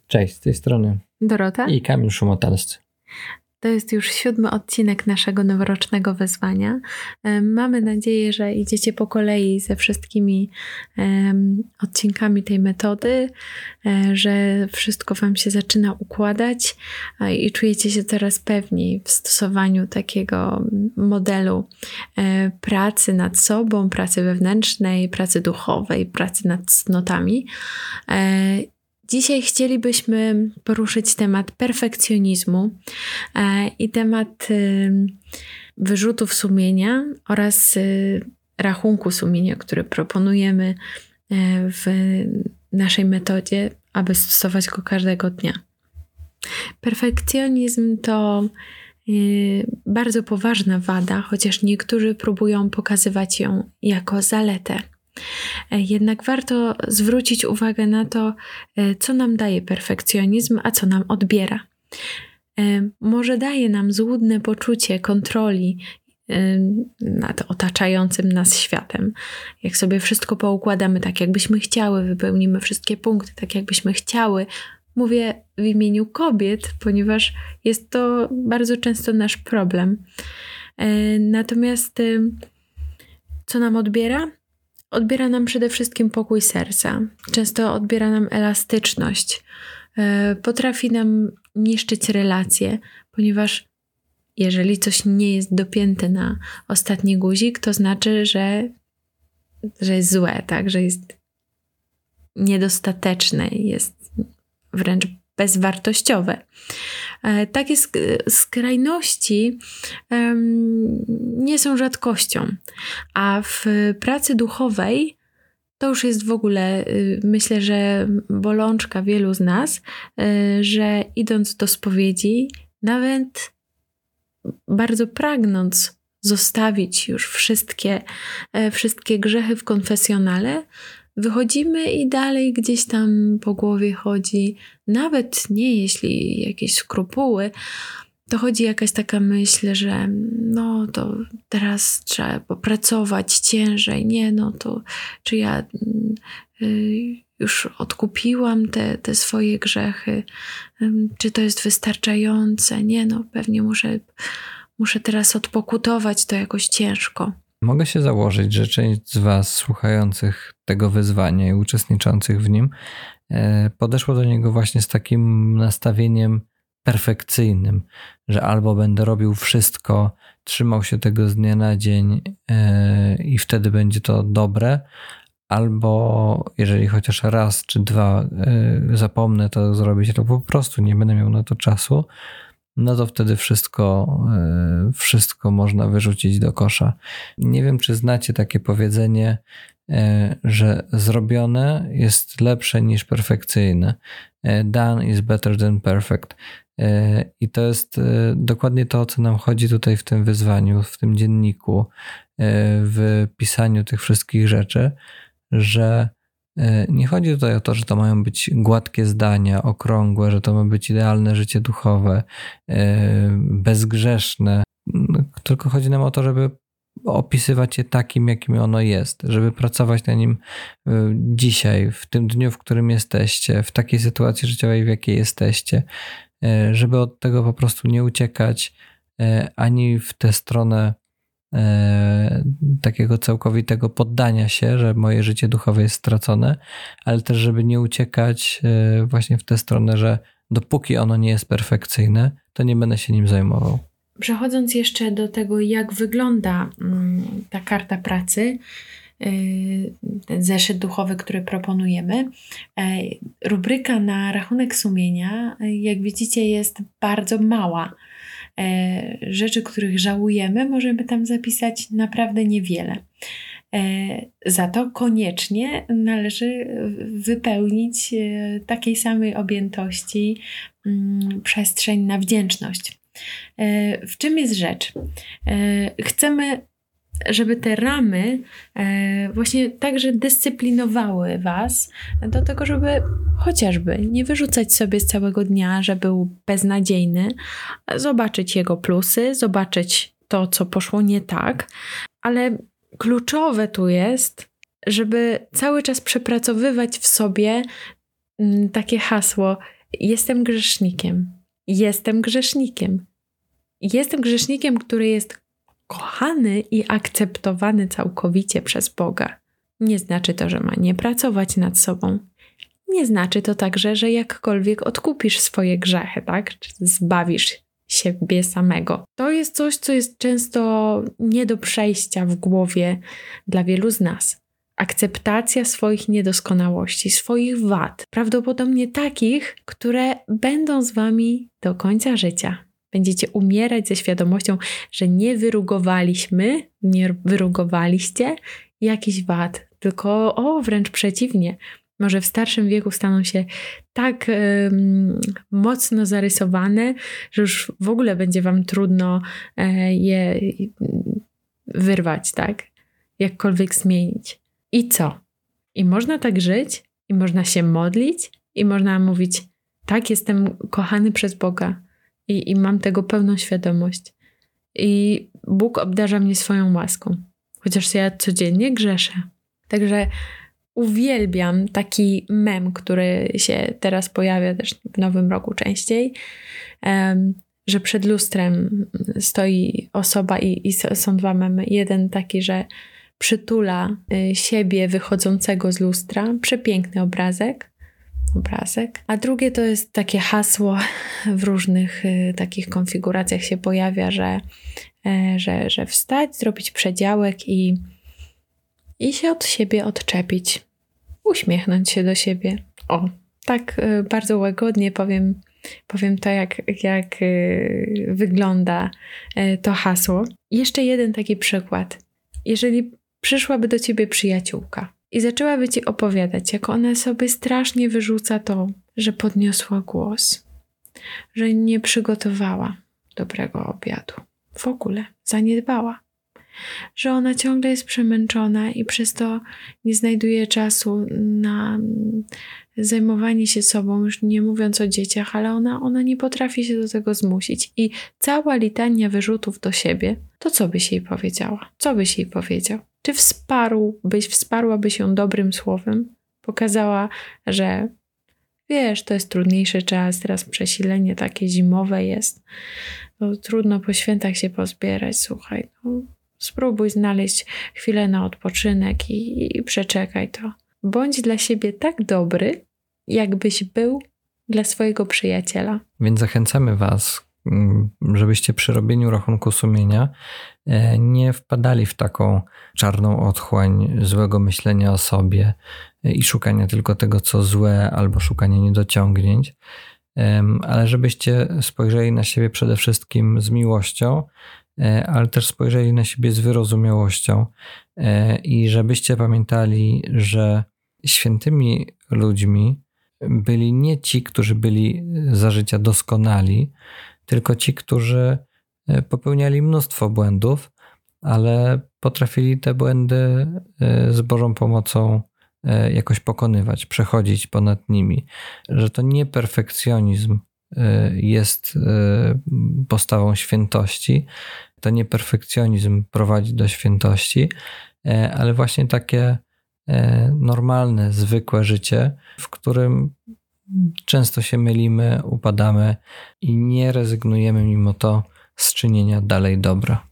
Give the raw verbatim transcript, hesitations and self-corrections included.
Cześć, z tej strony Dorota i Kamil Szumotalscy. To jest już siódmy odcinek naszego noworocznego wyzwania. Mamy nadzieję, że idziecie po kolei ze wszystkimi um, odcinkami tej metody, że wszystko wam się zaczyna układać i czujecie się coraz pewniej w stosowaniu takiego modelu pracy nad sobą, pracy wewnętrznej, pracy duchowej, pracy nad cnotami. Dzisiaj chcielibyśmy poruszyć temat perfekcjonizmu e, i temat y, wyrzutów sumienia oraz y, rachunku sumienia, który proponujemy y, w naszej metodzie, aby stosować go każdego dnia. Perfekcjonizm to y, bardzo poważna wada, chociaż niektórzy próbują pokazywać ją jako zaletę. Jednak warto zwrócić uwagę na to, co nam daje perfekcjonizm, a co nam odbiera. Może daje nam złudne poczucie kontroli nad otaczającym nas światem. Jak sobie wszystko poukładamy tak, jakbyśmy chciały, wypełnimy wszystkie punkty tak, jakbyśmy chciały. Mówię w imieniu kobiet, ponieważ jest to bardzo często nasz problem. Natomiast co nam odbiera? Odbiera nam przede wszystkim pokój serca. Często odbiera nam elastyczność. Potrafi nam niszczyć relacje, ponieważ jeżeli coś nie jest dopięte na ostatni guzik, to znaczy, że, że jest złe, tak? Że jest niedostateczne, jest wręcz bezwartościowe. Takie skrajności um, nie są rzadkością, a w pracy duchowej to już jest w ogóle, myślę, że bolączka wielu z nas, że idąc do spowiedzi, nawet bardzo pragnąc zostawić już wszystkie, wszystkie grzechy w konfesjonale, wychodzimy i dalej gdzieś tam po głowie chodzi, nawet nie jeśli jakieś skrupuły, to chodzi jakaś taka myśl, że no to teraz trzeba popracować ciężej, nie no to czy ja y, już odkupiłam te, te swoje grzechy, y, czy to jest wystarczające, nie no pewnie muszę, muszę teraz odpokutować to jakoś ciężko. Mogę się założyć, że część z was słuchających tego wyzwania i uczestniczących w nim podeszło do niego właśnie z takim nastawieniem perfekcyjnym, że albo będę robił wszystko, trzymał się tego z dnia na dzień i wtedy będzie to dobre, albo jeżeli chociaż raz czy dwa zapomnę to zrobić, to po prostu nie będę miał na to czasu, no to wtedy wszystko, wszystko można wyrzucić do kosza. Nie wiem, czy znacie takie powiedzenie, że zrobione jest lepsze niż perfekcyjne. Done is better than perfect. I to jest dokładnie to, o co nam chodzi tutaj w tym wyzwaniu, w tym dzienniku, w pisaniu tych wszystkich rzeczy, że nie chodzi tutaj o to, że to mają być gładkie zdania, okrągłe, że to ma być idealne życie duchowe, bezgrzeszne, tylko chodzi nam o to, żeby opisywać je takim, jakim ono jest, żeby pracować na nim dzisiaj, w tym dniu, w którym jesteście, w takiej sytuacji życiowej, w jakiej jesteście, żeby od tego po prostu nie uciekać ani w tę stronę E, takiego całkowitego poddania się, że moje życie duchowe jest stracone, ale też żeby nie uciekać e, właśnie w tę stronę, że dopóki ono nie jest perfekcyjne, to nie będę się nim zajmował. Przechodząc jeszcze do tego, jak wygląda mm, ta karta pracy, yy, ten zeszyt duchowy, który proponujemy, yy, rubryka na rachunek sumienia, yy, jak widzicie, jest bardzo mała. Rzeczy, których żałujemy, możemy tam zapisać naprawdę niewiele. Za to koniecznie należy wypełnić takiej samej objętości przestrzeń na wdzięczność. W czym jest rzecz? Chcemy, żeby te ramy właśnie także dyscyplinowały was do tego, żeby chociażby nie wyrzucać sobie z całego dnia, że był beznadziejny, zobaczyć jego plusy, zobaczyć to, co poszło nie tak, ale kluczowe tu jest, żeby cały czas przepracowywać w sobie takie hasło: jestem grzesznikiem. Jestem grzesznikiem. Jestem grzesznikiem, który jest kochany i akceptowany całkowicie przez Boga. Nie znaczy to, że ma nie pracować nad sobą. Nie znaczy to także, że jakkolwiek odkupisz swoje grzechy, tak? Czy zbawisz siebie samego. To jest coś, co jest często nie do przejścia w głowie dla wielu z nas. Akceptacja swoich niedoskonałości, swoich wad. Prawdopodobnie takich, które będą z wami do końca życia. Będziecie umierać ze świadomością, że nie wyrugowaliśmy, nie wyrugowaliście jakichś wad, tylko o, wręcz przeciwnie. Może w starszym wieku staną się tak y, mocno zarysowane, że już w ogóle będzie wam trudno y, je y, wyrwać, tak? Jakkolwiek zmienić. I co? I można tak żyć, i można się modlić, i można mówić, tak, jestem kochany przez Boga i, i mam tego pełną świadomość. I Bóg obdarza mnie swoją łaską, chociaż ja codziennie grzeszę. Także uwielbiam taki mem, który się teraz pojawia też w nowym roku częściej, um, że przed lustrem stoi osoba i, i są dwa memy. Jeden taki, że przytula siebie wychodzącego z lustra. Przepiękny obrazek. Obrazek. A drugie to jest takie hasło, w różnych y, takich konfiguracjach się pojawia, że, y, że, że wstać, zrobić przedziałek i, i się od siebie odczepić. Uśmiechnąć się do siebie. O, tak y, bardzo łagodnie powiem, powiem to, jak, jak y, wygląda y, to hasło. Jeszcze jeden taki przykład. Jeżeli przyszłaby do ciebie przyjaciółka i zaczęłaby ci opowiadać, jak ona sobie strasznie wyrzuca to, że podniosła głos, że nie przygotowała dobrego obiadu, w ogóle zaniedbała, że ona ciągle jest przemęczona i przez to nie znajduje czasu na zajmowanie się sobą, już nie mówiąc o dzieciach, ale ona, ona nie potrafi się do tego zmusić i cała litania wyrzutów do siebie, to co byś jej powiedziała? Co byś jej powiedział? Czy wsparłbyś, wsparłabyś ją dobrym słowem? Pokazała, że wiesz, to jest trudniejszy czas, teraz przesilenie takie zimowe jest, no, trudno po świętach się pozbierać, słuchaj, no, spróbuj znaleźć chwilę na odpoczynek i, i przeczekaj to. Bądź dla siebie tak dobry, jakbyś był dla swojego przyjaciela. Więc zachęcamy was, żebyście przy robieniu rachunku sumienia nie wpadali w taką czarną otchłań złego myślenia o sobie i szukania tylko tego, co złe, albo szukania niedociągnięć, ale żebyście spojrzeli na siebie przede wszystkim z miłością, ale też spojrzeli na siebie z wyrozumiałością i żebyście pamiętali, że świętymi ludźmi byli nie ci, którzy byli za życia doskonali, tylko ci, którzy popełniali mnóstwo błędów, ale potrafili te błędy z Bożą pomocą jakoś pokonywać, przechodzić ponad nimi. Że to nie perfekcjonizm jest postawą świętości, to nie perfekcjonizm prowadzi do świętości, ale właśnie takie normalne, zwykłe życie, w którym często się mylimy, upadamy i nie rezygnujemy mimo to z czynienia dalej dobra.